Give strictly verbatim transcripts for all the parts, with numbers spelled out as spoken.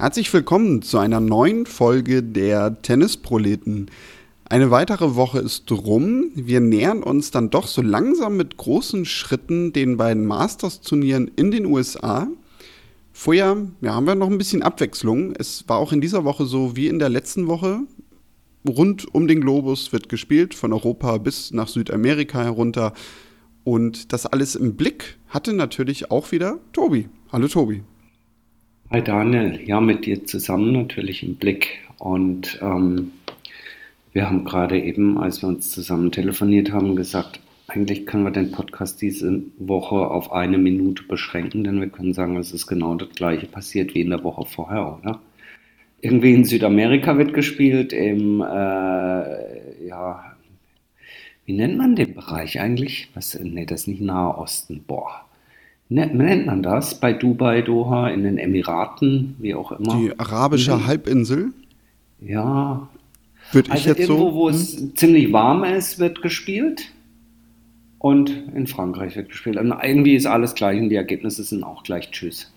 Herzlich willkommen zu einer neuen Folge der Tennisproleten. Eine weitere Woche ist rum. Wir nähern uns dann doch so langsam mit großen Schritten den beiden Masters-Turnieren in den U S A. Vorher ja, haben wir noch ein bisschen Abwechslung. Es war auch in dieser Woche so wie in der letzten Woche. Rund um den Globus wird gespielt, von Europa bis nach Südamerika herunter. Und das alles im Blick hatte natürlich auch wieder Tobi. Hallo Tobi. Hi Daniel, ja, mit dir zusammen natürlich im Blick. Und ähm, wir haben gerade eben, als wir uns zusammen telefoniert haben, gesagt, eigentlich können wir den Podcast diese Woche auf eine Minute beschränken, denn wir können sagen, es ist genau das Gleiche passiert wie in der Woche vorher, oder? Irgendwie in Südamerika wird gespielt, im, äh, ja, wie nennt man den Bereich eigentlich? Was, nee, das ist nicht Nahe Osten, boah. Ne- Nennt man das bei Dubai, Doha, in den Emiraten, wie auch immer? Die arabische Mhm. Halbinsel, Ja, würde ich also jetzt so. irgendwo, wo Hm? es ziemlich warm ist, wird gespielt und in Frankreich wird gespielt. Und irgendwie ist alles gleich und die Ergebnisse sind auch gleich. Tschüss.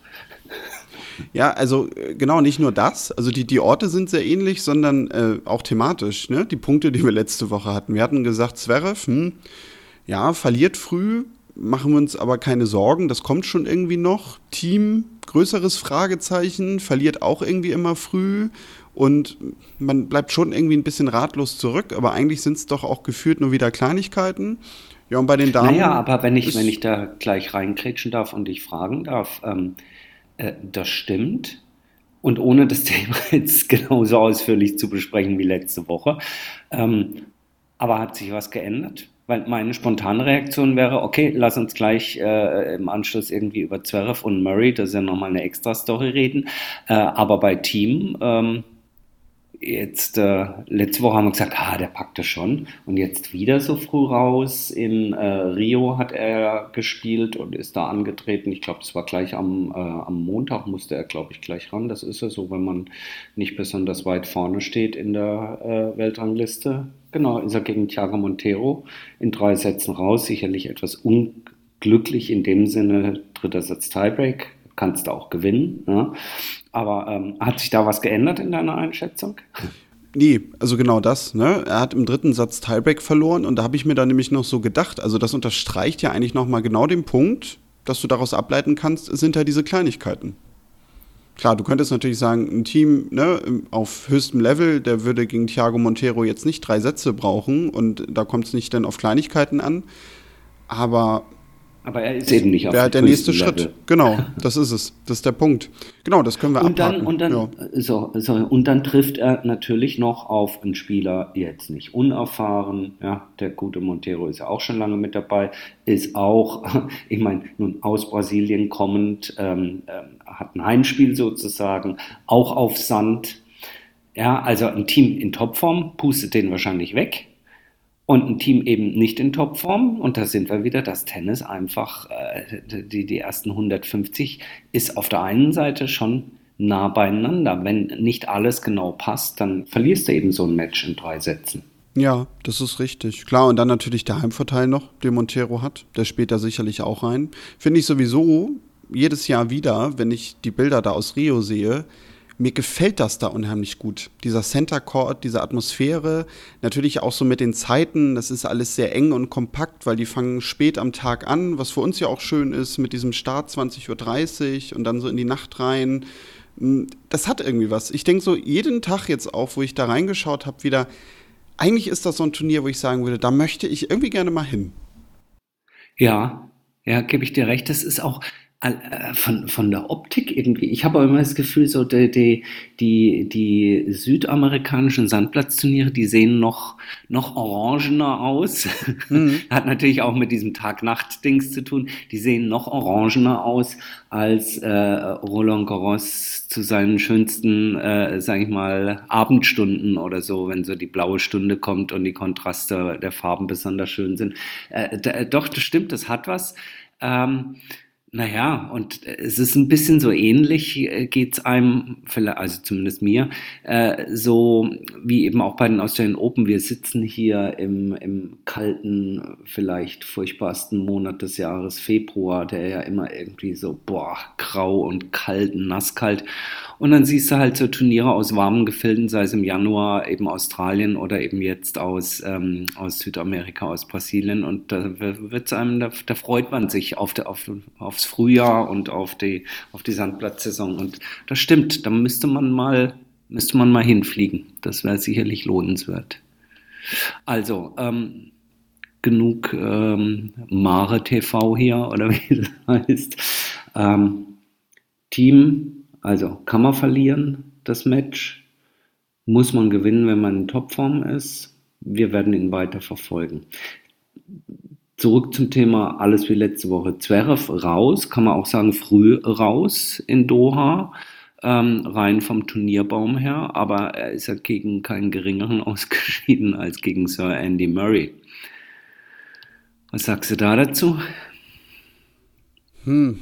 Ja, also äh, genau, nicht nur das. Also die, die Orte sind sehr ähnlich, sondern äh, auch thematisch. Ne? Die Punkte, die wir letzte Woche hatten. Wir hatten gesagt, Zverev, hm, ja, verliert früh, machen wir uns aber keine Sorgen, das kommt schon irgendwie noch. Team, größeres Fragezeichen, verliert auch irgendwie immer früh. Und man bleibt schon irgendwie ein bisschen ratlos zurück, aber eigentlich sind es doch auch gefühlt nur wieder Kleinigkeiten. Ja, und bei den Naja, Damen aber wenn ich, wenn ich ist, da gleich reinkrätschen darf und dich fragen darf, ähm, äh, das stimmt. Und ohne das Thema jetzt genauso ausführlich zu besprechen wie letzte Woche. Ähm, aber hat sich was geändert? Weil meine spontane Reaktion wäre, okay, lass uns gleich äh, im Anschluss irgendwie über Zverev und Murray, das ist ja nochmal eine extra Story, reden. Äh, aber bei Team, ähm, Jetzt, äh, letzte Woche haben wir gesagt, ah, der packt das schon. Und jetzt wieder so früh raus. In äh, Rio hat er gespielt und ist da angetreten. Ich glaube, das war gleich am, äh, am Montag, musste er, glaube ich, gleich ran. Das ist ja so, wenn man nicht besonders weit vorne steht in der äh, Weltrangliste. Genau, ist er gegen Thiago Monteiro in drei Sätzen raus. Sicherlich etwas unglücklich in dem Sinne, dritter Satz Tiebreak. Kannst du auch gewinnen. Ja. Aber ähm, hat sich da was geändert in deiner Einschätzung? nee, also genau das, ne? Er hat im dritten Satz Tiebreak verloren und da habe ich mir dann nämlich noch so gedacht, also das unterstreicht ja eigentlich nochmal genau den Punkt, dass du daraus ableiten kannst, es sind ja diese Kleinigkeiten. Klar, du könntest natürlich sagen, ein Team ne, auf höchstem Level, der würde gegen Thiago Monteiro jetzt nicht drei Sätze brauchen und da kommt es nicht dann auf Kleinigkeiten an, aber Aber er ist es eben nicht auf wäre halt dem der nächste höchsten Schritt. Level. Genau, das ist es. Das ist der Punkt. Genau, das können wir Und dann, abhaken. und dann, Ja. so, so, und dann trifft er natürlich noch auf einen Spieler, jetzt nicht unerfahren. Ja, der gute Monteiro ist ja auch schon lange mit dabei, ist auch, ich meine, nun aus Brasilien kommend, ähm, ähm, hat ein Heimspiel sozusagen, auch auf Sand. Ja, also ein Team in Topform pustet den wahrscheinlich weg. Und ein Team eben nicht in Topform. Und da sind wir wieder, das Tennis einfach, äh, die, die ersten hundertfünfzig ist auf der einen Seite schon nah beieinander. Wenn nicht alles genau passt, dann verlierst du eben so ein Match in drei Sätzen. Ja, das ist richtig. Klar, und dann natürlich der Heimvorteil noch, den Montero hat. Der spielt da sicherlich auch rein. Finde ich sowieso jedes Jahr wieder, wenn ich die Bilder da aus Rio sehe, mir gefällt das da unheimlich gut. Dieser Center Court, diese Atmosphäre, natürlich auch so mit den Zeiten, das ist alles sehr eng und kompakt, weil die fangen spät am Tag an, was für uns ja auch schön ist, mit diesem Start zwanzig Uhr dreißig und dann so in die Nacht rein. Das hat irgendwie was. Ich denke so jeden Tag jetzt auch, wo ich da reingeschaut habe, wieder, eigentlich ist das so ein Turnier, wo ich sagen würde, da möchte ich irgendwie gerne mal hin. Ja, ja, gebe ich dir recht. Das ist auch all- äh, von, von der Optik irgendwie. Ich habe auch immer das Gefühl, so die, die, die, die südamerikanischen Sandplatzturniere, die sehen noch, noch orangener aus. Mhm. Hat natürlich auch mit diesem Tag-Nacht-Dings zu tun. Die sehen noch orangener aus als äh, Roland Garros zu seinen schönsten, äh, sag ich mal, Abendstunden oder so, wenn so die blaue Stunde kommt und die Kontraste der Farben besonders schön sind. Äh, d- doch, das stimmt, das hat was. Ähm, naja, und es ist ein bisschen so ähnlich, äh, geht's einem, vielleicht, also zumindest mir, äh, so wie eben auch bei den Australian Open. Wir sitzen hier im, im kalten, vielleicht furchtbarsten Monat des Jahres, Februar, der ja immer irgendwie so, boah, grau und kalt, nasskalt. Und dann siehst du halt so Turniere aus warmen Gefilden, sei es im Januar eben Australien oder eben jetzt aus, ähm, aus Südamerika, aus Brasilien. Und da wird's einem, da, da freut man sich auf, der, auf, aufs Frühjahr und auf die, auf die Sandplatzsaison. Und das stimmt, da müsste man mal, müsste man mal hinfliegen. Das wäre sicherlich lohnenswert. Also, ähm, genug ähm, Mare T V hier oder wie das heißt. Ähm, Team, also kann man verlieren, das Match, muss man gewinnen, wenn man in Topform ist. Wir werden ihn weiter verfolgen. Zurück zum Thema, alles wie letzte Woche. Zverev raus, kann man auch sagen, früh raus in Doha, ähm, rein vom Turnierbaum her, aber er ist ja gegen keinen geringeren ausgeschieden als gegen Sir Andy Murray. Was sagst du da dazu? Hm.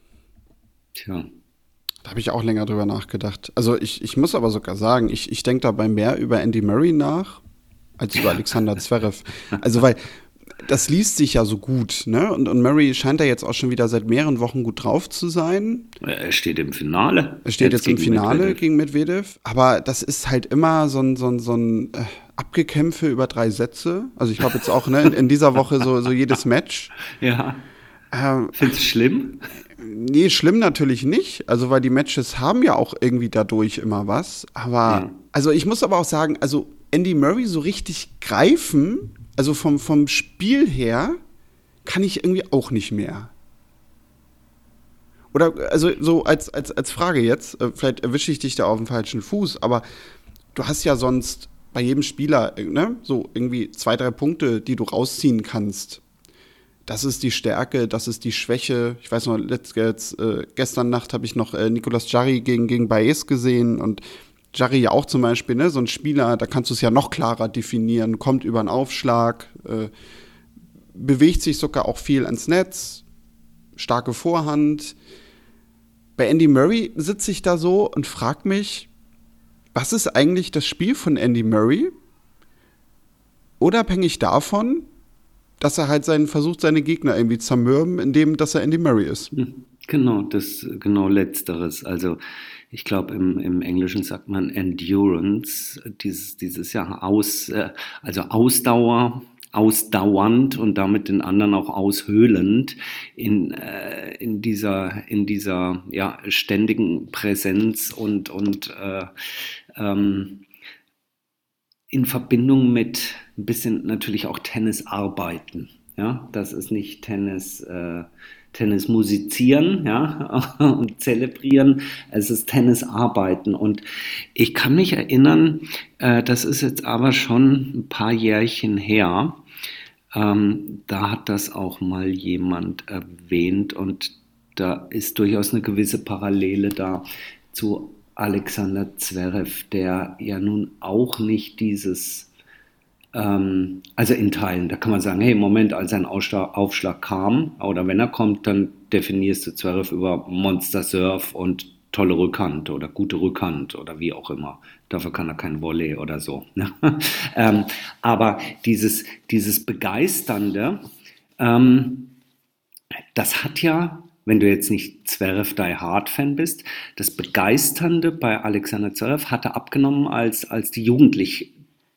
Tja. Da habe ich auch länger drüber nachgedacht. Also ich, ich muss aber sogar sagen, ich, ich denke dabei mehr über Andy Murray nach, als über Alexander Zverev. Also weil das liest sich ja so gut, ne? Und, und Murray scheint da jetzt auch schon wieder seit mehreren Wochen gut drauf zu sein. Er steht im Finale. Er steht jetzt, jetzt im Finale Medvedev. gegen Medvedev. Aber das ist halt immer so ein, so ein, so ein äh, Abgekämpfe über drei Sätze. Also ich glaube jetzt auch, ne, in, in dieser Woche so, so jedes Match. Ja. Ähm, Findest du schlimm? Nee, schlimm natürlich nicht. Also, weil die Matches haben ja auch irgendwie dadurch immer was. Aber, ja. also ich muss aber auch sagen, also Andy Murray so richtig greifen, also vom, vom Spiel her, kann ich irgendwie auch nicht mehr. Oder, also so als, als, als Frage jetzt, vielleicht erwische ich dich da auf dem falschen Fuß, aber du hast ja sonst bei jedem Spieler, ne, so irgendwie zwei, drei Punkte, die du rausziehen kannst. Das ist die Stärke, das ist die Schwäche. Ich weiß noch, letzt, jetzt, äh, gestern Nacht habe ich noch äh, Nicolas Jarry gegen, gegen Baez gesehen und Jarry ja auch zum Beispiel, ne, so ein Spieler, da kannst du es ja noch klarer definieren, kommt über einen Aufschlag, äh, bewegt sich sogar auch viel ans Netz, starke Vorhand. Bei Andy Murray sitze ich da so und frage mich, was ist eigentlich das Spiel von Andy Murray? Unabhängig davon, dass er halt seinen, versucht, seine Gegner irgendwie zu zermürben, indem, dass er Andy Murray ist. Genau, das, genau Letzteres. Also ich glaube, im, im Englischen sagt man Endurance, dieses, dieses ja aus, äh, also Ausdauer, ausdauernd und damit den anderen auch aushöhlend in, äh, in dieser, in dieser ja, ständigen Präsenz und, und äh, ähm, in Verbindung mit ein bisschen natürlich auch Tennis arbeiten. Ja, das ist nicht Tennis, äh, Tennis musizieren, ja, und zelebrieren. Es ist Tennis arbeiten. Und ich kann mich erinnern, äh, das ist jetzt aber schon ein paar Jährchen her. Ähm, da hat das auch mal jemand erwähnt und da ist durchaus eine gewisse Parallele da zu Alexander Zverev, der ja nun auch nicht dieses, ähm, also in Teilen, da kann man sagen, hey, im Moment, als ein Aufschlag, Aufschlag kam, oder wenn er kommt, dann definierst du Zverev über Monster Surf und tolle Rückhand oder gute Rückhand oder wie auch immer. Dafür kann er kein Volley oder so. ähm, aber dieses, dieses Begeisternde, ähm, das hat ja, wenn du jetzt nicht Zverev Die Hard Fan bist, das Begeisternde bei Alexander Zverev hatte abgenommen, als, als die Jugendlichkeit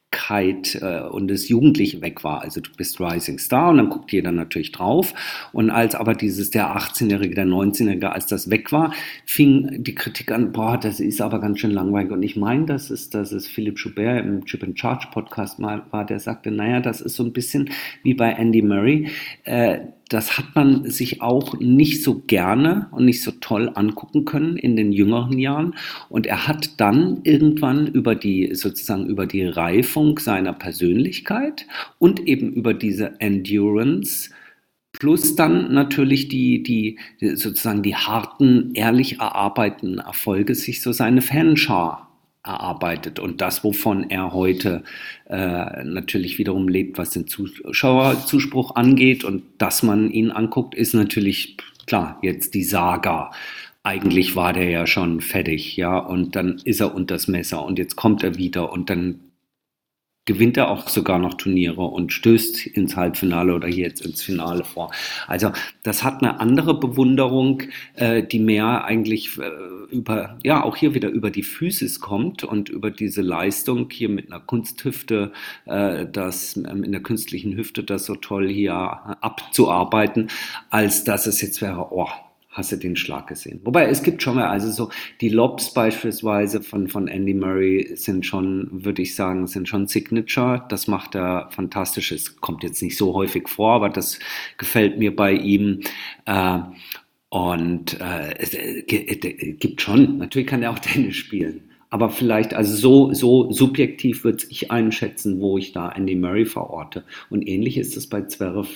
äh, und das Jugendliche weg war. Also du bist Rising Star und dann guckt jeder natürlich drauf. Und als aber dieses, der achtzehnjährige, der neunzehnjährige, als das weg war, fing die Kritik an, boah, das ist aber ganz schön langweilig. Und ich meine, das ist, dass es Philipp Joubert im Chip and Charge Podcast mal war, der sagte, naja, das ist so ein bisschen wie bei Andy Murray. Äh, Das hat man sich auch nicht so gerne und nicht so toll angucken können in den jüngeren Jahren. Und er hat dann irgendwann über die, sozusagen über die Reifung seiner Persönlichkeit und eben über diese Endurance plus dann natürlich die, die, sozusagen die harten, ehrlich erarbeiteten Erfolge sich so seine Fanschar erarbeitet und das, wovon er heute äh, natürlich wiederum lebt, was den Zuschauerzuspruch angeht und dass man ihn anguckt, ist natürlich, klar, jetzt die Saga. Eigentlich war der ja schon fertig, ja, und dann ist er unters Messer und jetzt kommt er wieder und dann gewinnt er auch sogar noch Turniere und stößt ins Halbfinale oder hier jetzt ins Finale vor. Also das hat eine andere Bewunderung, äh, die mehr eigentlich äh, über, ja, auch hier wieder über die Physis kommt und über diese Leistung hier mit einer Kunsthüfte, äh, das äh, mit einer künstlichen Hüfte das so toll hier abzuarbeiten, als dass es jetzt wäre, oh, hast du den Schlag gesehen? Wobei, es gibt schon mal, also so die Lobs beispielsweise von, von Andy Murray sind schon, würde ich sagen, sind schon Signature. Das macht er fantastisch. Es kommt jetzt nicht so häufig vor, aber das gefällt mir bei ihm. Äh, und äh, es äh, gibt schon, natürlich kann er auch Tennis spielen. Aber vielleicht, also so, so subjektiv würde ich einschätzen, wo ich da Andy Murray verorte. Und ähnlich ist es bei Zverev.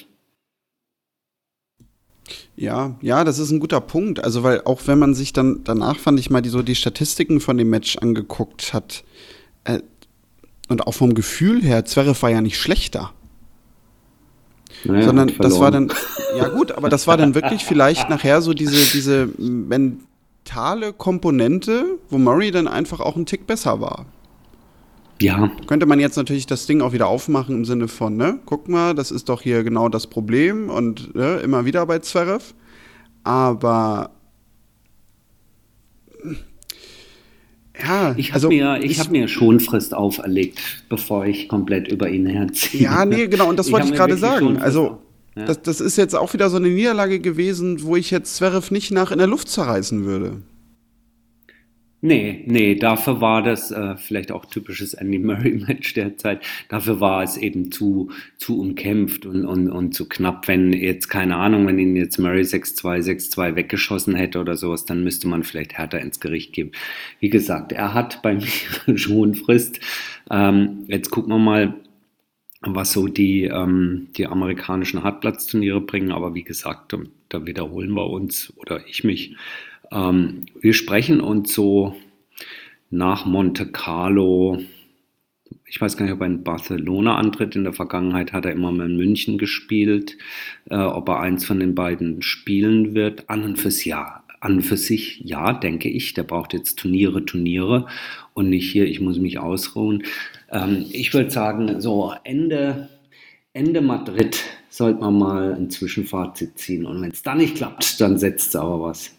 Ja, ja, das ist ein guter Punkt. Also, weil auch wenn man sich dann danach, fand ich mal, die, so die Statistiken von dem Match angeguckt hat, äh, und auch vom Gefühl her, Zverev war ja nicht schlechter. Naja, sondern das war dann, ja gut, aber das war dann wirklich vielleicht nachher so diese, diese mentale Komponente, wo Murray dann einfach auch ein Tick besser war. Ja. Könnte man jetzt natürlich das Ding auch wieder aufmachen im Sinne von, ne, guck mal, das ist doch hier genau das Problem und ne, immer wieder bei Zverev. Aber ja, ich habe also mir, ich ich, hab mir Schonfrist auferlegt, bevor ich komplett über ihn herziehe. Ja, nee, genau, und das Ich wollte hab ich mir gerade wirklich sagen. Schonfrist Also auf- ja. das, das ist jetzt auch wieder so eine Niederlage gewesen, wo ich jetzt Zverev nicht nach in der Luft zerreißen würde. Nee, nee, dafür war das äh, vielleicht auch typisches Andy Murray-Match der Zeit. Dafür war es eben zu, zu umkämpft und, und, und zu knapp. Wenn jetzt, keine Ahnung, wenn ihn jetzt Murray sechs zwei, sechs zwei weggeschossen hätte oder sowas, dann müsste man vielleicht härter ins Gericht geben. Wie gesagt, er hat bei mir Schonfrist. Ähm, jetzt gucken wir mal, was so die, ähm, die amerikanischen Hartplatzturniere bringen. Aber wie gesagt, da, da wiederholen wir uns oder ich mich. Ähm, wir sprechen uns so nach Monte Carlo, ich weiß gar nicht, ob er in Barcelona antritt. In der Vergangenheit hat er immer mal in München gespielt. Äh, ob er eins von den beiden spielen wird, an und fürs ja. An und für sich, ja, denke ich. Der braucht jetzt Turniere, Turniere und nicht hier, ich muss mich ausruhen. Ähm, ich würde sagen, so Ende, Ende Madrid sollte man mal ein Zwischenfazit ziehen. Und wenn es dann nicht klappt, dann setzt es aber was.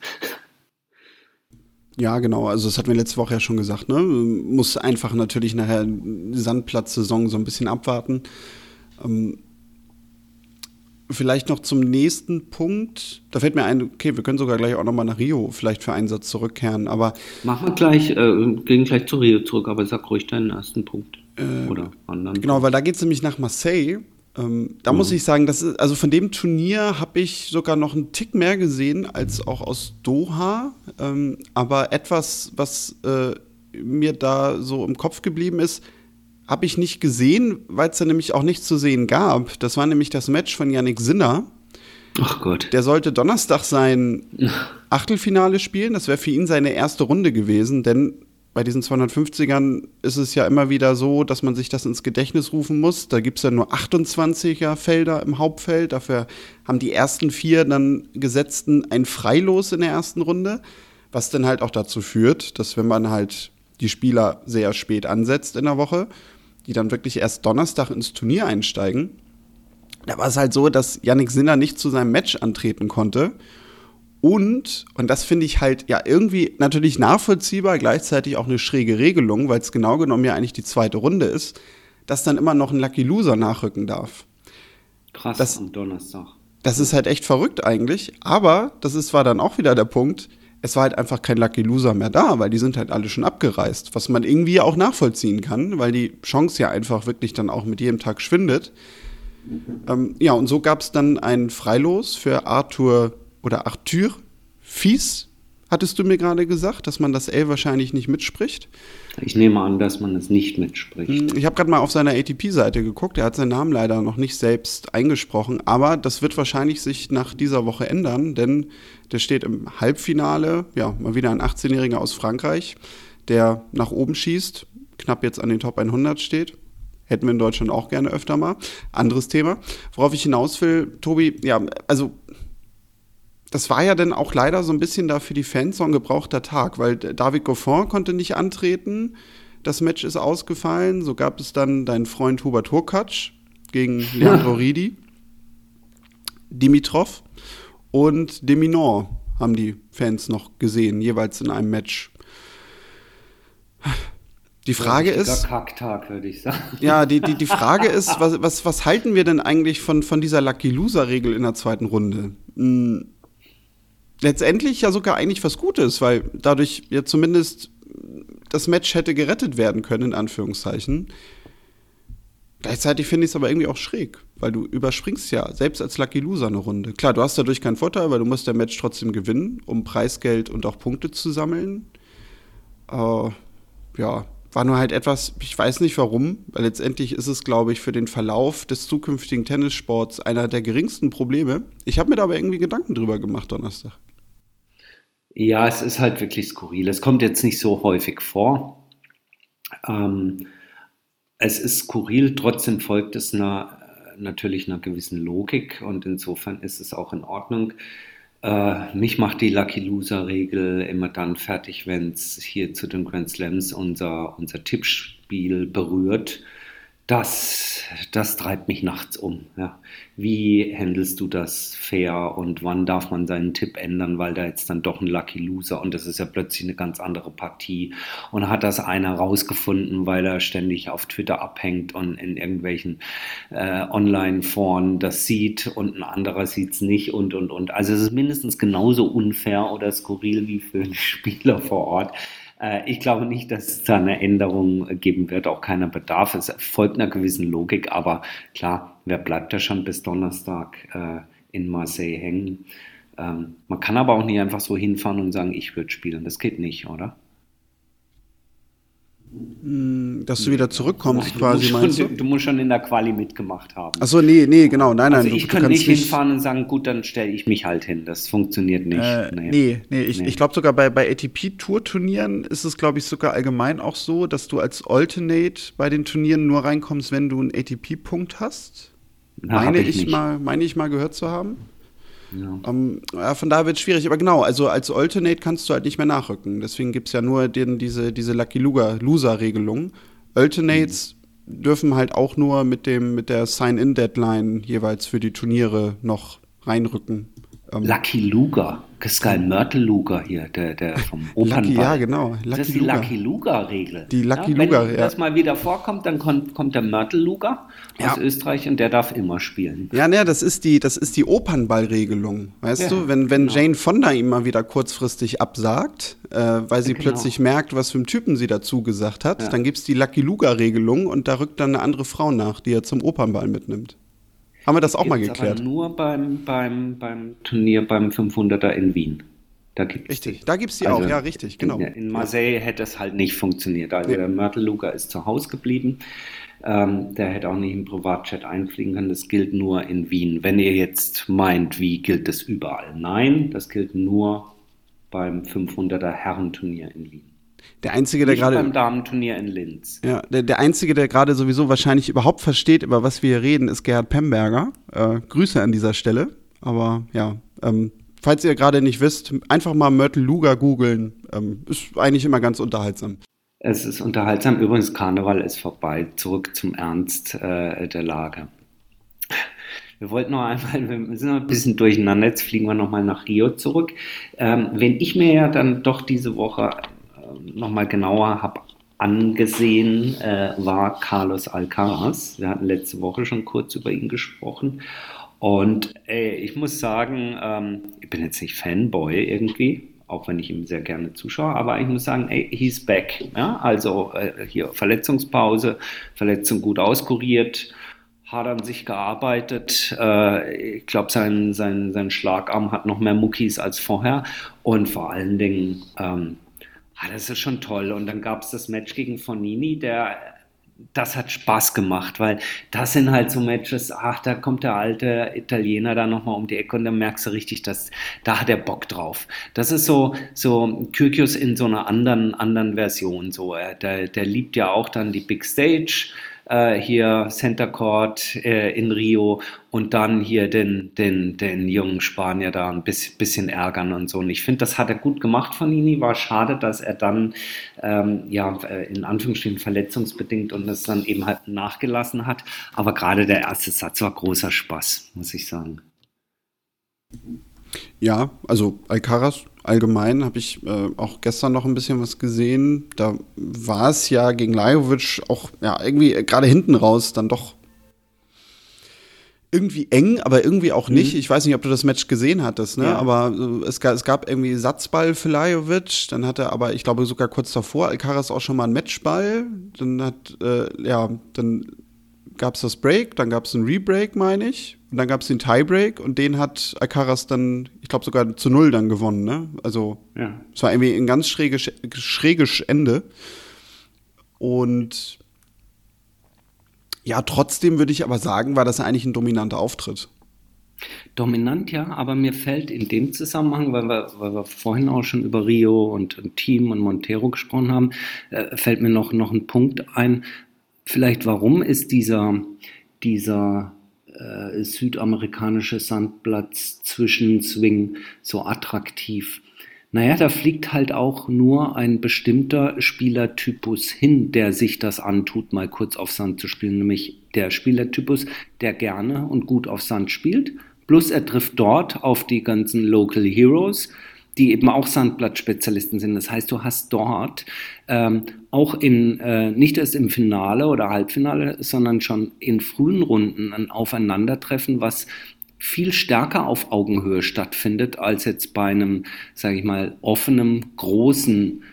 Ja, genau. Also das hatten wir letzte Woche ja schon gesagt. Ne? Muss einfach natürlich nachher die Sandplatzsaison so ein bisschen abwarten. Ähm, vielleicht noch zum nächsten Punkt. Da fällt mir ein, okay, wir können sogar gleich auch nochmal nach Rio vielleicht für einen Satz zurückkehren. Aber Machen wir gleich, äh, gehen gleich zu Rio zurück, aber sag ruhig deinen ersten Punkt. äh, Oder anderen. genau, weil da geht es nämlich nach Marseille. Ähm, da Mhm. muss ich sagen, das ist, also von dem Turnier habe ich sogar noch einen Tick mehr gesehen als auch aus Doha. Ähm, aber etwas, was äh, mir da so im Kopf geblieben ist, habe ich nicht gesehen, weil es da nämlich auch nichts zu sehen gab. Das war nämlich das Match von Jannik Sinner. Ach Gott. Der sollte Donnerstag sein Achtelfinale spielen. Das wäre für ihn seine erste Runde gewesen, denn bei diesen zweihundertfünfzigern ist es ja immer wieder so, dass man sich das ins Gedächtnis rufen muss. Da gibt es ja nur achtundzwanziger Felder im Hauptfeld. Dafür haben die ersten vier dann Gesetzten ein Freilos in der ersten Runde, was dann halt auch dazu führt, dass wenn man halt die Spieler sehr spät ansetzt in der Woche, die dann wirklich erst Donnerstag ins Turnier einsteigen, da war es halt so, dass Jannik Sinner nicht zu seinem Match antreten konnte. Und, und das finde ich halt ja irgendwie natürlich nachvollziehbar, gleichzeitig auch eine schräge Regelung, weil es genau genommen ja eigentlich die zweite Runde ist, dass dann immer noch ein Lucky Loser nachrücken darf. Krass, Das- am Donnerstag. Das ist halt echt verrückt eigentlich, aber das ist, war dann auch wieder der Punkt, es war halt einfach kein Lucky Loser mehr da, weil die sind halt alle schon abgereist, was man irgendwie auch nachvollziehen kann, weil die Chance ja einfach wirklich dann auch mit jedem Tag schwindet. Ähm, ja, und so gab es dann ein Freilos für Arthur oder Arthur Fies, hattest du mir gerade gesagt, dass man das L wahrscheinlich nicht mitspricht. Ich nehme an, dass man es nicht mitspricht. Ich habe gerade mal auf seiner A T P-Seite geguckt, er hat seinen Namen leider noch nicht selbst eingesprochen, aber das wird wahrscheinlich sich nach dieser Woche ändern, denn der steht im Halbfinale, ja, mal wieder ein achtzehnjähriger aus Frankreich, der nach oben schießt, knapp jetzt an den Top hundert steht. Hätten wir in Deutschland auch gerne öfter mal. Anderes Thema. Worauf ich hinaus will, Tobi, ja, also das war ja dann auch leider so ein bisschen da für die Fans so ein gebrauchter Tag, weil David Goffin konnte nicht antreten, das Match ist ausgefallen. So gab es dann deinen Freund Hubert Hurkacz gegen Leandro Ridi. Dimitrov und de Minaur haben die Fans noch gesehen, jeweils in einem Match. Die Frage ist, Kacktag, würde ich sagen. Ja, die, die, die Frage ist, was, was, was halten wir denn eigentlich von, von dieser Lucky-Loser-Regel in der zweiten Runde? Hm, letztendlich ja sogar eigentlich was Gutes, weil dadurch ja zumindest das Match hätte gerettet werden können, in Anführungszeichen. Gleichzeitig finde ich es aber irgendwie auch schräg, weil du überspringst ja selbst als Lucky Loser eine Runde. Klar, du hast dadurch keinen Vorteil, weil du musst der Match trotzdem gewinnen, um Preisgeld und auch Punkte zu sammeln. Äh, ja, war nur halt etwas, ich weiß nicht warum, weil letztendlich ist es, glaube ich, für den Verlauf des zukünftigen Tennissports einer der geringsten Probleme. Ich habe mir da aber irgendwie Gedanken drüber gemacht Donnerstag. Ja, es ist halt wirklich skurril. Es kommt jetzt nicht so häufig vor. Ähm, es ist skurril, trotzdem folgt es einer, natürlich einer gewissen Logik und insofern ist es auch in Ordnung. Äh, mich macht die Lucky-Loser-Regel immer dann fertig, wenn es hier zu den Grand Slams unser, unser Tippspiel berührt. Das, das treibt mich nachts um. Ja. Wie handelst du das fair und wann darf man seinen Tipp ändern, weil da jetzt dann doch ein Lucky Loser und das ist ja plötzlich eine ganz andere Partie und hat das einer rausgefunden, weil er ständig auf Twitter abhängt und in irgendwelchen äh, Online-Foren das sieht und ein anderer sieht es nicht und und und. Also es ist mindestens genauso unfair oder skurril wie für den Spieler vor Ort. Ich glaube nicht, dass es da eine Änderung geben wird, auch keiner Bedarf. Es folgt einer gewissen Logik, aber klar, wer bleibt da schon bis Donnerstag äh, in Marseille hängen? Ähm, man kann aber auch nicht einfach so hinfahren und sagen, ich würde spielen. Das geht nicht, oder? Dass du wieder zurückkommst, Nein, quasi, du meinst schon, du? Du musst schon in der Quali mitgemacht haben. Achso, nee, nee, genau, nein, nein. Also du, ich du könnte kannst nicht hinfahren und sagen, gut, dann stelle ich mich halt hin. Das funktioniert nicht. Äh, nee, nee, nee, ich, nee. ich glaube sogar bei, bei A T P-Tour-Turnieren ist es, glaube ich, sogar allgemein auch so, dass du als Alternate bei den Turnieren nur reinkommst, wenn du einen A T P-Punkt hast. Na, meine hab ich ich, nicht. mal, meine ich mal gehört zu haben. Ja. Ähm, ja, von daher wird es schwierig, aber genau, also als Alternate kannst du halt nicht mehr nachrücken. Deswegen gibt es ja nur den, diese, diese Lucky Loser-Regelung. Alternates mhm. dürfen halt auch nur mit dem mit der Sign-In-Deadline jeweils für die Turniere noch reinrücken. Ähm, Lucky Luger, Pascal Mörtel-Luger hier, der, der vom Opernball. Lucky, ja, genau. Lucky Lucky das ist die Luger. Lucky Luger-Regel. Die Lucky ja, wenn Luger, ja. das mal wieder vorkommt, dann kommt, kommt der Mörtel-Luger ja. aus Österreich und der darf immer spielen. Ja, ne, das ist die, das ist die Opernball-Regelung, weißt ja, du? Wenn, wenn genau. Jane Fonda ihm mal wieder kurzfristig absagt, äh, weil sie ja, genau. plötzlich merkt, was für einen Typen sie dazu gesagt hat, ja. dann gibt's die Lucky Luger-Regelung und da rückt dann eine andere Frau nach, die er zum Opernball mitnimmt. Haben wir das auch mal geklärt? Aber nur beim, beim, beim Turnier beim fünfhunderter in Wien. Da gibt's richtig, die. da gibt es die also auch, ja, richtig, genau. In, in Marseille ja. hätte es halt nicht funktioniert. Also nee. der Mörtel-Luger ist zu Hause geblieben. Ähm, der hätte auch nicht im Privatchat einfliegen können. Das gilt nur in Wien. Wenn ihr jetzt meint, wie gilt das überall? Nein, das gilt nur beim fünfhunderter Herrenturnier in Wien. Der Einzige, der gerade beim Damenturnier in Linz. Ja, der, der Einzige, der gerade sowieso wahrscheinlich überhaupt versteht, über was wir hier reden, ist Gerhard Pemberger. Äh, Grüße an dieser Stelle. Aber ja, ähm, falls ihr gerade nicht wisst, einfach mal Mörtel Luger googeln. Ähm, ist eigentlich immer ganz unterhaltsam. Es ist unterhaltsam. Übrigens, Karneval ist vorbei. Zurück zum Ernst äh, der Lage. Wir wollten noch einmal, wir sind noch ein bisschen durcheinander. Jetzt fliegen wir nochmal nach Rio zurück. Ähm, wenn ich mir ja dann doch diese Woche nochmal genauer habe angesehen, äh, war Carlos Alcaraz. Wir hatten letzte Woche schon kurz über ihn gesprochen. Und äh, ich muss sagen, ähm, ich bin jetzt nicht Fanboy irgendwie, auch wenn ich ihm sehr gerne zuschaue, aber ich muss sagen, ey, he's back. Ja? Also äh, hier Verletzungspause, Verletzung gut auskuriert, hat an sich gearbeitet. Äh, ich glaube, sein, sein, sein Schlagarm hat noch mehr Muckis als vorher. Und vor allen Dingen, ähm, ah, das ist schon toll. Und dann gab es das Match gegen Fognini, der, das hat Spaß gemacht, weil das sind halt so Matches, ach, da kommt der alte Italiener da nochmal um die Ecke und dann merkst du richtig, dass, da hat er Bock drauf. Das ist so, so Kyrgios in so einer anderen, anderen Version. So. Der, der liebt ja auch dann die Big Stage, äh, hier Center Court äh, in Rio und dann hier den, den, den jungen Spanier da ein bisschen, bisschen ärgern und so. Und ich finde, das hat er gut gemacht von Nini. War schade, dass er dann, ähm, ja, äh, in Anführungsstrichen verletzungsbedingt und das dann eben halt nachgelassen hat. Aber gerade der erste Satz war großer Spaß, muss ich sagen. Ja, also Alcaraz allgemein habe ich äh, auch gestern noch ein bisschen was gesehen. Da war es ja gegen Lajovic auch ja irgendwie äh, gerade hinten raus dann doch irgendwie eng, aber irgendwie auch nicht. Mhm. Ich weiß nicht, ob du das Match gesehen hattest, ne? Ja. Aber äh, es, gab, es gab irgendwie Satzball für Lajovic. Dann hatte aber, ich glaube sogar kurz davor, Alcaraz auch schon mal einen Matchball. Dann hat, äh, ja, dann gab es das Break, dann gab es einen Rebreak, meine ich. Und dann gab es den Tiebreak und den hat Alcaraz dann, ich glaube sogar zu null dann gewonnen, ne? Also Ja. es war irgendwie ein ganz schräges, schräges Ende. Und ja, trotzdem würde ich aber sagen, war das eigentlich ein dominanter Auftritt. Dominant, ja, aber mir fällt in dem Zusammenhang, weil wir, weil wir vorhin auch schon über Rio und, und Team und Montero gesprochen haben, äh, fällt mir noch, noch ein Punkt ein. Vielleicht, warum ist dieser, dieser äh, südamerikanische Sandplatz Zwischenswing so attraktiv? Naja, da fliegt halt auch nur ein bestimmter Spielertypus hin, der sich das antut, mal kurz auf Sand zu spielen, nämlich der Spielertypus, der gerne und gut auf Sand spielt. Plus er trifft dort auf die ganzen Local Heroes, die eben auch Sandplatzspezialisten sind. Das heißt, du hast dort ähm, auch in, äh, nicht erst im Finale oder Halbfinale, sondern schon in frühen Runden ein Aufeinandertreffen, was viel stärker auf Augenhöhe stattfindet, als jetzt bei einem, sage ich mal, offenen, großen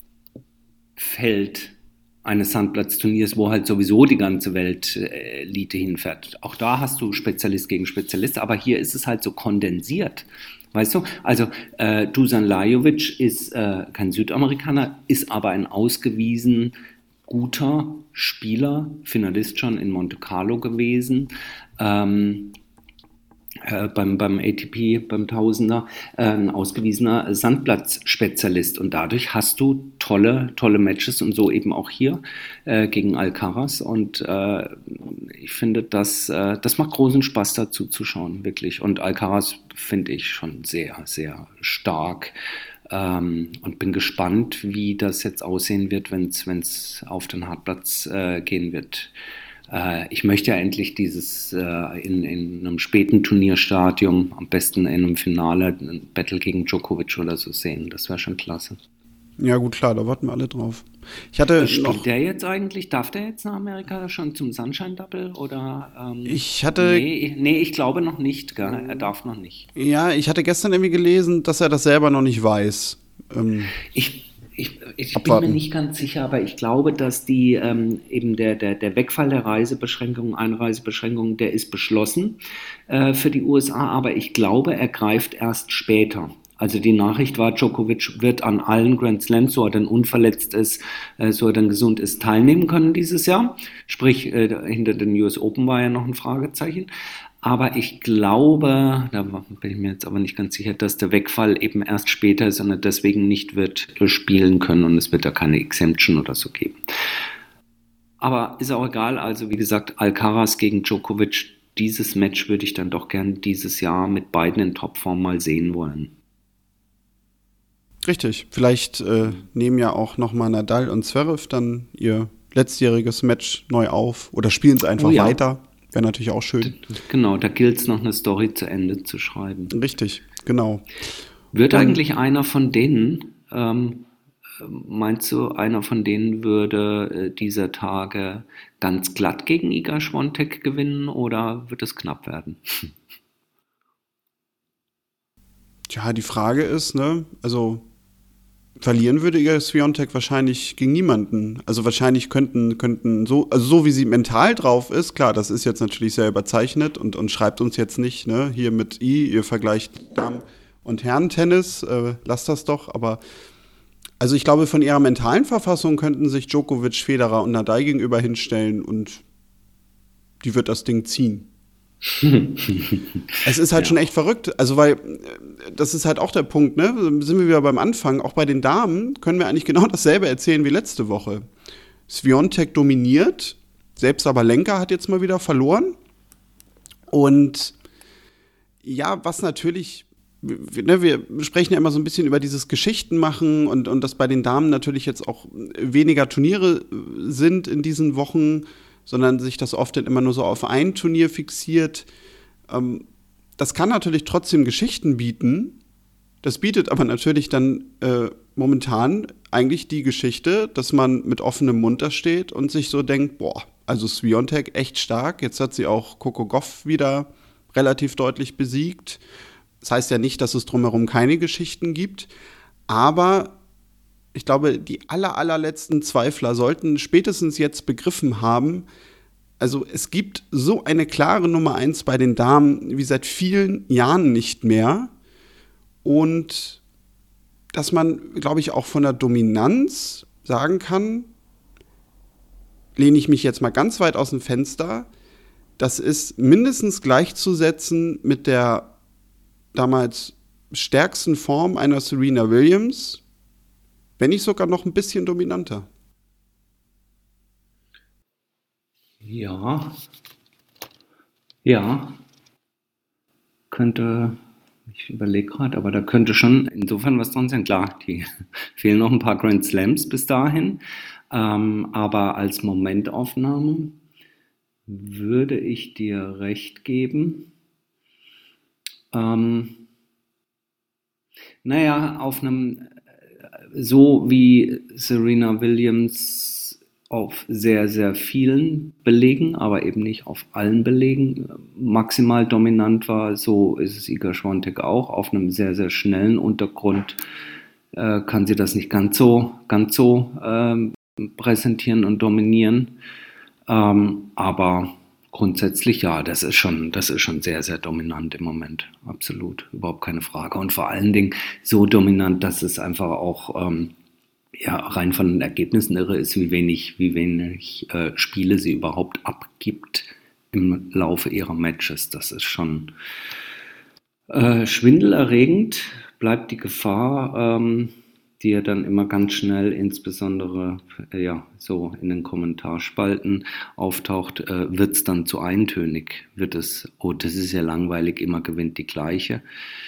Feld eines Sandplatzturniers, wo halt sowieso die ganze Welt äh, Elite hinfährt. Auch da hast du Spezialist gegen Spezialist, aber hier ist es halt so kondensiert. Weißt du, also äh, Dusan Lajovic ist äh, kein Südamerikaner, ist aber ein ausgewiesen guter Spieler, Finalist schon in Monte Carlo gewesen, ähm, äh, beim, beim A T P, beim Tausender, äh, ein ausgewiesener Sandplatzspezialist. Und dadurch hast du tolle, tolle Matches und so eben auch hier äh, gegen Alcaraz. Und äh, ich finde, das, äh, das macht großen Spaß dazu zu schauen, wirklich. Und Alcaraz finde ich schon sehr, sehr stark. Ähm, und bin gespannt, wie das jetzt aussehen wird, wenn es auf den Hartplatz äh, gehen wird. Äh, ich möchte ja endlich dieses äh, in, in einem späten Turnierstadium, am besten in einem Finale, ein Battle gegen Djokovic oder so sehen. Das wäre schon klasse. Ja gut, klar, da warten wir alle drauf. Ich hatte Spielt noch, der jetzt eigentlich, darf der jetzt nach Amerika schon zum Sunshine Double oder? Ähm, ich hatte, nee, nee, ich glaube noch nicht, gell? Er darf noch nicht. ja, ich hatte gestern irgendwie gelesen, dass er das selber noch nicht weiß. Ähm, Ich, ich, ich bin mir abwarten. nicht ganz sicher, aber ich glaube, dass die ähm, eben der, der, der Wegfall der Reisebeschränkungen, Einreisebeschränkungen, der ist beschlossen äh, für die U S A, aber ich glaube, er greift erst später. Also die Nachricht war, Djokovic wird an allen Grand Slams, so er dann unverletzt ist, äh, so er dann gesund ist, teilnehmen können dieses Jahr. Sprich, äh, hinter den U S Open war ja noch ein Fragezeichen. Aber ich glaube, da bin ich mir jetzt aber nicht ganz sicher, dass der Wegfall eben erst später ist und er deswegen nicht wird spielen können und es wird da keine Exemption oder so geben. Aber ist auch egal, also wie gesagt, Alcaraz gegen Djokovic, dieses Match würde ich dann doch gern dieses Jahr mit beiden in Topform mal sehen wollen. Richtig, vielleicht äh, nehmen ja auch nochmal Nadal und Zverev dann ihr letztjähriges Match neu auf oder spielen es einfach Oh ja. weiter. Wäre natürlich auch schön. Genau, da gilt es noch eine Story zu Ende zu schreiben. Richtig, genau. Wird Dann- eigentlich einer von denen, ähm, meinst du, einer von denen würde äh, dieser Tage ganz glatt gegen Iga Świątek gewinnen oder wird es knapp werden? Tja, die Frage ist, ne, also verlieren würde Iga Świątek wahrscheinlich gegen niemanden. Also wahrscheinlich könnten, könnten so, also so wie sie mental drauf ist, klar, das ist jetzt natürlich sehr überzeichnet und, und schreibt uns jetzt nicht, ne, hier mit I, ihr vergleicht Damen- und Herren-Tennis, äh, lasst das doch, aber also ich glaube, von ihrer mentalen Verfassung könnten sich Djokovic, Federer und Nadal gegenüber hinstellen und die wird das Ding ziehen. Es ist halt Ja. schon echt verrückt. Also, weil, äh, das ist halt auch der Punkt, ne? Sind wir wieder beim Anfang. Auch bei den Damen können wir eigentlich genau dasselbe erzählen wie letzte Woche. Świątek dominiert, Selbst Sabalenka hat jetzt mal wieder verloren. Und ja, was natürlich, ne, wir sprechen ja immer so ein bisschen über dieses Geschichtenmachen und, und dass bei den Damen natürlich jetzt auch weniger Turniere sind in diesen Wochen, sondern sich das oft dann immer nur so auf ein Turnier fixiert. Ähm, das kann natürlich trotzdem Geschichten bieten. Das bietet aber natürlich dann äh, momentan eigentlich die Geschichte, dass man mit offenem Mund da steht und sich so denkt, boah, also Swiatek echt stark. Jetzt hat sie auch Coco Gauff wieder relativ deutlich besiegt. Das heißt ja nicht, dass es drumherum keine Geschichten gibt, aber ich glaube, die aller, allerletzten Zweifler sollten spätestens jetzt begriffen haben, also es gibt so eine klare Nummer eins bei den Damen wie seit vielen Jahren nicht mehr. Und dass man, glaube ich, auch von der Dominanz sagen kann, lehne ich mich jetzt mal ganz weit aus dem Fenster, das ist mindestens gleichzusetzen mit der damals stärksten Form einer Serena Williams, wenn nicht sogar noch ein bisschen dominanter. Ja, ja, könnte, ich überlege gerade, aber da könnte schon insofern was dran sein. Klar, die fehlen noch ein paar Grand Slams bis dahin, ähm, aber als Momentaufnahme würde ich dir recht geben. Ähm, naja, auf einem, so wie Serena Williams auf sehr, sehr vielen Belegen, aber eben nicht auf allen Belegen maximal dominant war, so ist es Iga Świątek auch. Auf einem sehr, sehr schnellen Untergrund äh, kann sie das nicht ganz so, ganz so ähm, präsentieren und dominieren. Ähm, aber grundsätzlich ja, das ist schon, das ist schon sehr, sehr dominant im Moment. Absolut, überhaupt keine Frage. Und vor allen Dingen so dominant, dass es einfach auch ähm, ja, rein von den Ergebnissen irre ist, wie wenig, wie wenig äh, Spiele sie überhaupt abgibt im Laufe ihrer Matches. Das ist schon äh, schwindelerregend, bleibt die Gefahr, ähm, die ja dann immer ganz schnell, insbesondere äh, ja, so in den Kommentarspalten auftaucht, äh, wird es dann zu eintönig. Wird es, oh, das ist ja langweilig, immer gewinnt die gleiche.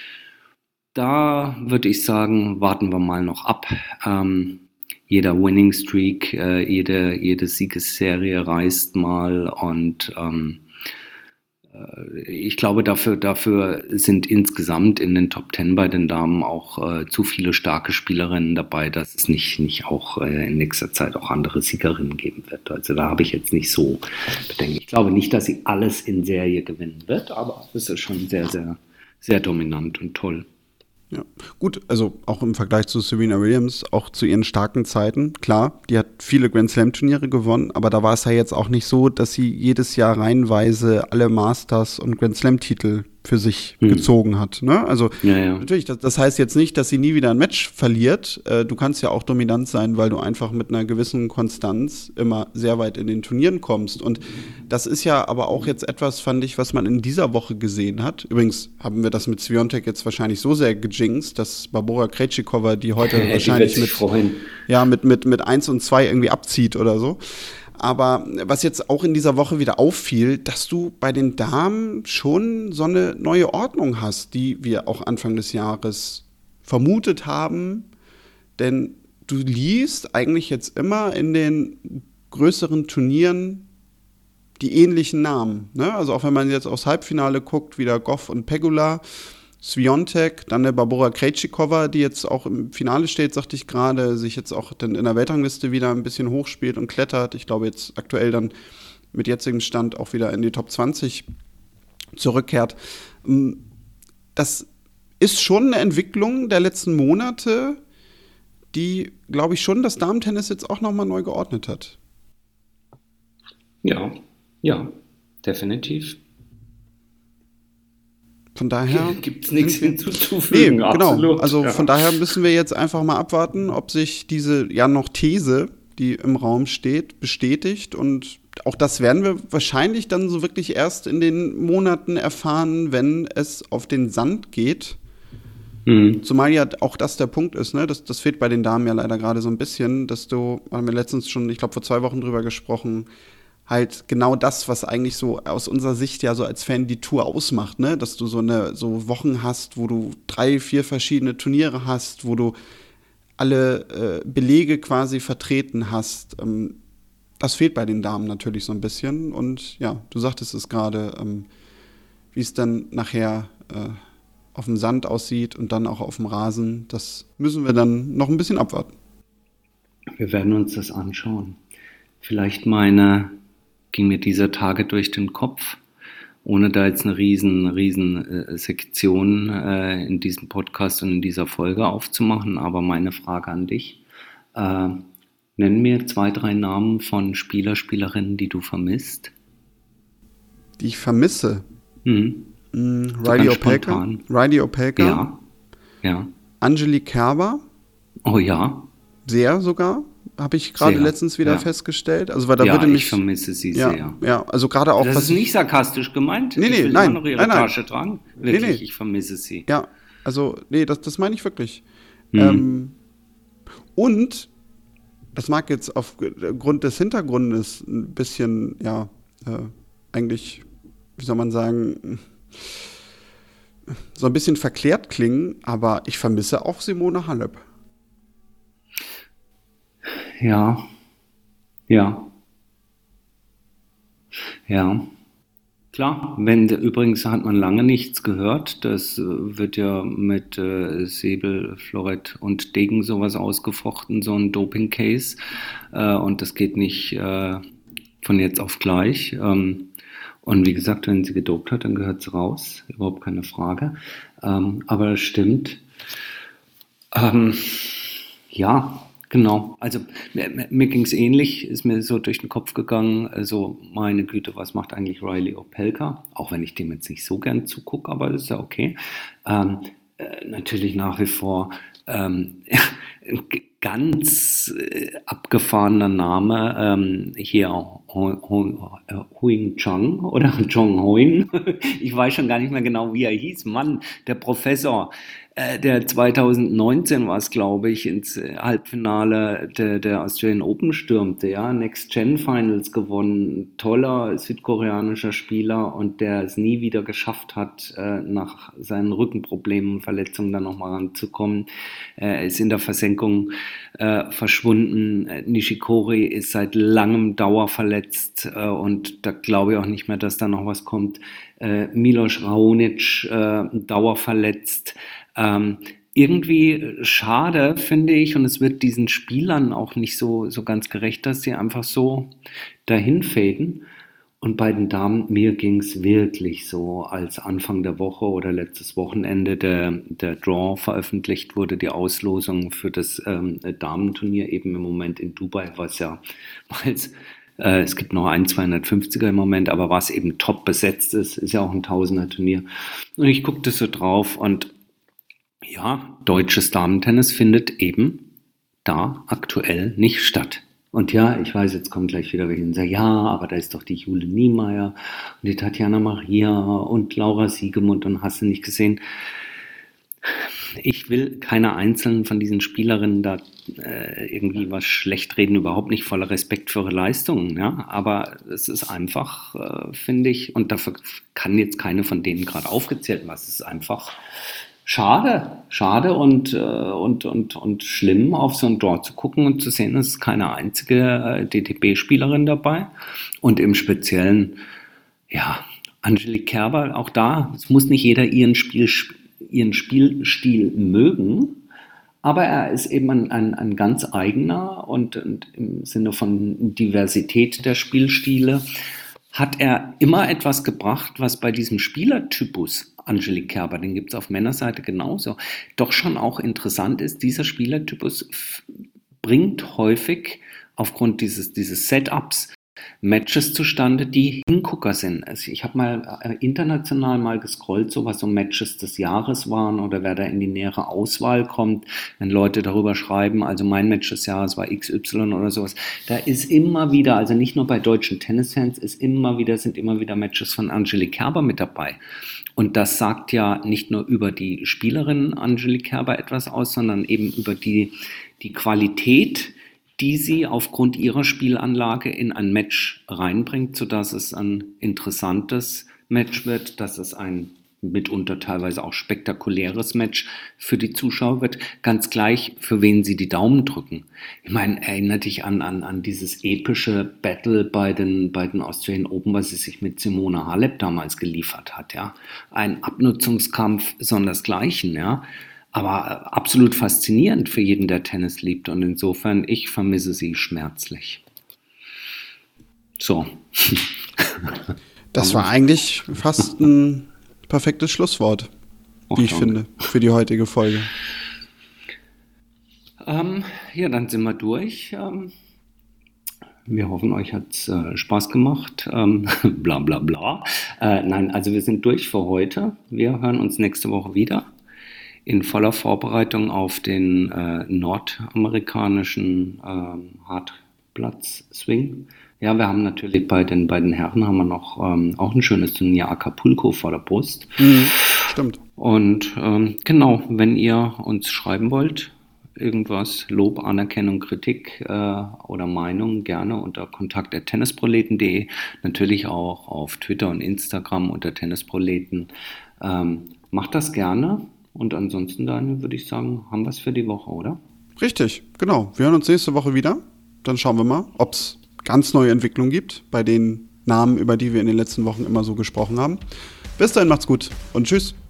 Da würde ich sagen, warten wir mal noch ab. Ähm, jeder Winning Streak, äh, jede, jede Siegesserie reißt mal und ähm, äh, ich glaube, dafür, dafür sind insgesamt in den Top Ten bei den Damen auch äh, zu viele starke Spielerinnen dabei, dass es nicht, nicht auch äh, in nächster Zeit auch andere Siegerinnen geben wird. Also da habe ich jetzt nicht so Bedenken. Ich glaube nicht, dass sie alles in Serie gewinnen wird, aber es ist schon sehr, sehr, sehr dominant und toll. Ja, gut, also auch im Vergleich zu Serena Williams, auch zu ihren starken Zeiten, klar, die hat viele Grand Slam Turniere gewonnen, aber da war es ja jetzt auch nicht so, dass sie jedes Jahr reihenweise alle Masters und Grand Slam Titel für sich hm. gezogen hat, ne? Also ja, ja. natürlich, das, das heißt jetzt nicht, dass sie nie wieder ein Match verliert. Äh, du kannst ja auch dominant sein, weil du einfach mit einer gewissen Konstanz immer sehr weit in den Turnieren kommst. Und das ist ja aber auch jetzt etwas, fand ich, was man in dieser Woche gesehen hat. Übrigens haben wir das mit Swiatek jetzt wahrscheinlich so sehr gejinxt, dass Barbora Krejcikova, die heute die wahrscheinlich mit, ja, mit, mit, mit eins und zwei irgendwie abzieht oder so. Aber was jetzt auch in dieser Woche wieder auffiel, dass du bei den Damen schon so eine neue Ordnung hast, die wir auch Anfang des Jahres vermutet haben. Denn du liest eigentlich jetzt immer in den größeren Turnieren die ähnlichen Namen, ne? Also auch wenn man jetzt aufs Halbfinale guckt, wieder Gauff und Pegula, Swiatek, dann der Barbora Krejcikova, die jetzt auch im Finale steht, sagte ich gerade, sich jetzt auch dann in der Weltrangliste wieder ein bisschen hochspielt und klettert. Ich glaube jetzt aktuell dann mit jetzigem Stand auch wieder in die Top zwanzig zurückkehrt. Das ist schon eine Entwicklung der letzten Monate, die, glaube ich, schon das Damentennis jetzt auch nochmal neu geordnet hat. Ja, ja, definitiv. Von daher gibt es nichts hinzuzufügen. Nee, absolut. Genau. Also ja. Von daher müssen wir jetzt einfach mal abwarten, ob sich diese ja noch These, die im Raum steht, bestätigt. Und auch das werden wir wahrscheinlich dann so wirklich erst in den Monaten erfahren, wenn es auf den Sand geht. Mhm. Zumal ja auch das der Punkt ist, ne? Das, das fehlt bei den Damen ja leider gerade so ein bisschen, dass du, haben wir letztens schon, ich glaube vor zwei Wochen drüber gesprochen, halt genau das, was eigentlich so aus unserer Sicht ja so als Fan die Tour ausmacht, ne? Dass du so eine so Wochen hast, wo du drei, vier verschiedene Turniere hast, wo du alle äh, Belege quasi vertreten hast. Ähm, das fehlt bei den Damen natürlich so ein bisschen. Und ja, du sagtest es gerade, ähm, wie es dann nachher äh, auf dem Sand aussieht und dann auch auf dem Rasen, das müssen wir dann noch ein bisschen abwarten. Wir werden uns das anschauen. Vielleicht meine, ging mir dieser Tage durch den Kopf, ohne da jetzt eine riesen, riesen äh, Sektion äh, in diesem Podcast und in dieser Folge aufzumachen, aber meine Frage an dich, äh, nenn mir zwei, drei Namen von Spieler, Spielerinnen, die du vermisst. Die ich vermisse? Mhm. Mm, Riley Opelka. Riley Opelka. Ja, ja. Angelique Kerber. Oh ja. Sehr sogar, habe ich gerade letztens wieder ja. festgestellt. Also, weil da ja, würde mich, ich vermisse sie ja, sehr. Ja, also gerade auch. Das was ist nicht sarkastisch gemeint. Nee, nee, ich will nein, immer noch ihre nein, nein. Tasche tragen. Wirklich, nee, nee. ich vermisse sie. Ja, also, nee, das, das meine ich wirklich. Mhm. Ähm, und, das mag jetzt aufgrund des Hintergrundes ein bisschen, ja, äh, eigentlich, wie soll man sagen, so ein bisschen verklärt klingen, aber ich vermisse auch Simone Halep. Ja, ja, ja. Klar, wenn übrigens hat man lange nichts gehört. Das äh, wird ja mit äh, Säbel, Florett und Degen sowas ausgefochten, so ein Doping-Case. Äh, und das geht nicht äh, von jetzt auf gleich. Ähm, und wie gesagt, wenn sie gedopt hat, dann gehört sie raus. Überhaupt keine Frage. Ähm, aber das stimmt. Ähm, ja. Genau, also mir, mir ging es ähnlich, ist mir so durch den Kopf gegangen, also meine Güte, was macht eigentlich Riley Opelka? Auch wenn ich dem jetzt nicht so gern zugucke, aber das ist ja okay. Ähm, äh, natürlich nach wie vor ähm, ein ganz äh, abgefahrener Name, ähm, hier Huing Chang oder Chong Huing. Ich weiß schon gar nicht mehr genau, wie er hieß. Mann, der Professor. Der zwanzig neunzehn war es, glaube ich, ins Halbfinale der, der Australian Open stürmte, ja, Next-Gen-Finals gewonnen, toller südkoreanischer Spieler und der es nie wieder geschafft hat, nach seinen Rückenproblemen und Verletzungen dann nochmal ranzukommen. Er ist in der Versenkung äh, verschwunden. Nishikori ist seit langem dauerverletzt äh, und da glaube ich auch nicht mehr, dass da noch was kommt. Äh, Milos Raonic äh, dauerverletzt. Ähm, irgendwie schade, finde ich, und es wird diesen Spielern auch nicht so, so ganz gerecht, dass sie einfach so dahin faden. Und bei den Damen, mir ging es wirklich so, als Anfang der Woche oder letztes Wochenende der, der Draw veröffentlicht wurde, die Auslosung für das ähm, Damenturnier eben im Moment in Dubai, was ja, als äh, es gibt noch ein zweihundertfünfziger im Moment, aber was eben top besetzt ist, ist ja auch ein Tausender-Turnier. Und ich guckte so drauf und ja, deutsches Damentennis findet eben da aktuell nicht statt. Und ja, ich weiß, jetzt kommt gleich wieder welche und sagen, ja, aber da ist doch die Jule Niemeyer und die Tatjana Maria und Laura Siegemund und hast du nicht gesehen. Ich will keine einzelnen von diesen Spielerinnen da äh, irgendwie was schlecht reden, überhaupt nicht, voller Respekt für ihre Leistungen, ja, aber es ist einfach, äh, finde ich, und dafür kann jetzt keine von denen gerade aufgezählt werden, es ist einfach schade, schade und, äh, und, und, und schlimm, auf so ein Draw zu gucken und zu sehen, es ist keine einzige äh, D T B-Spielerin dabei und im Speziellen, ja, Angelique Kerber, auch da, es muss nicht jeder ihren Spiel ihren Spielstil mögen, aber er ist eben ein, ein, ein ganz eigener und, und im Sinne von Diversität der Spielstile hat er immer etwas gebracht, was bei diesem Spielertypus Angelique Kerber, den gibt es auf Männerseite genauso, doch schon auch interessant ist. Dieser Spielertypus f- bringt häufig aufgrund dieses, dieses Setups Matches zustande, die Hingucker sind. Also ich habe mal äh, international mal gescrollt, so was so Matches des Jahres waren oder wer da in die nähere Auswahl kommt, wenn Leute darüber schreiben, also mein Match des Jahres war X Y oder sowas. Da ist immer wieder, also nicht nur bei deutschen Tennisfans, ist immer wieder, sind immer wieder Matches von Angelique Kerber mit dabei. Und das sagt ja nicht nur über die Spielerin Angelique Kerber etwas aus, sondern eben über die, die Qualität, die sie aufgrund ihrer Spielanlage in ein Match reinbringt, sodass es ein interessantes Match wird, dass es ein mitunter teilweise auch spektakuläres Match für die Zuschauer wird, ganz gleich, für wen sie die Daumen drücken. Ich meine, erinnere dich an, an, an dieses epische Battle bei den, bei den Australian Open, was sie sich mit Simona Halep damals geliefert hat, ja. Ein Abnutzungskampf sondersgleichen, ja. Aber absolut faszinierend für jeden, der Tennis liebt. Und insofern, ich vermisse sie schmerzlich. So. Das war eigentlich fast ein perfektes Schlusswort, wie oh, ich danke. finde, für die heutige Folge. Ähm, ja, dann sind wir durch. Ähm, wir hoffen, euch hat es äh, Spaß gemacht. Ähm, bla bla bla. Äh, nein, also wir sind durch für heute. Wir hören uns nächste Woche wieder in voller Vorbereitung auf den äh, nordamerikanischen äh, Hartplatz-Swing. Ja, wir haben natürlich bei den beiden Herren haben wir noch ähm, auch ein schönes Turnier Acapulco vor der Brust. Mhm, stimmt. Und ähm, genau, wenn ihr uns schreiben wollt, irgendwas, Lob, Anerkennung, Kritik äh, oder Meinung, gerne unter kontakt at tennisproleten punkt de, natürlich auch auf Twitter und Instagram unter tennisproleten. Ähm, macht das gerne und ansonsten, Daniel, würde ich sagen, haben wir es für die Woche, oder? Richtig, genau. Wir hören uns nächste Woche wieder. Dann schauen wir mal, ob es ganz neue Entwicklungen gibt bei den Namen, über die wir in den letzten Wochen immer so gesprochen haben. Bis dahin, macht's gut und tschüss.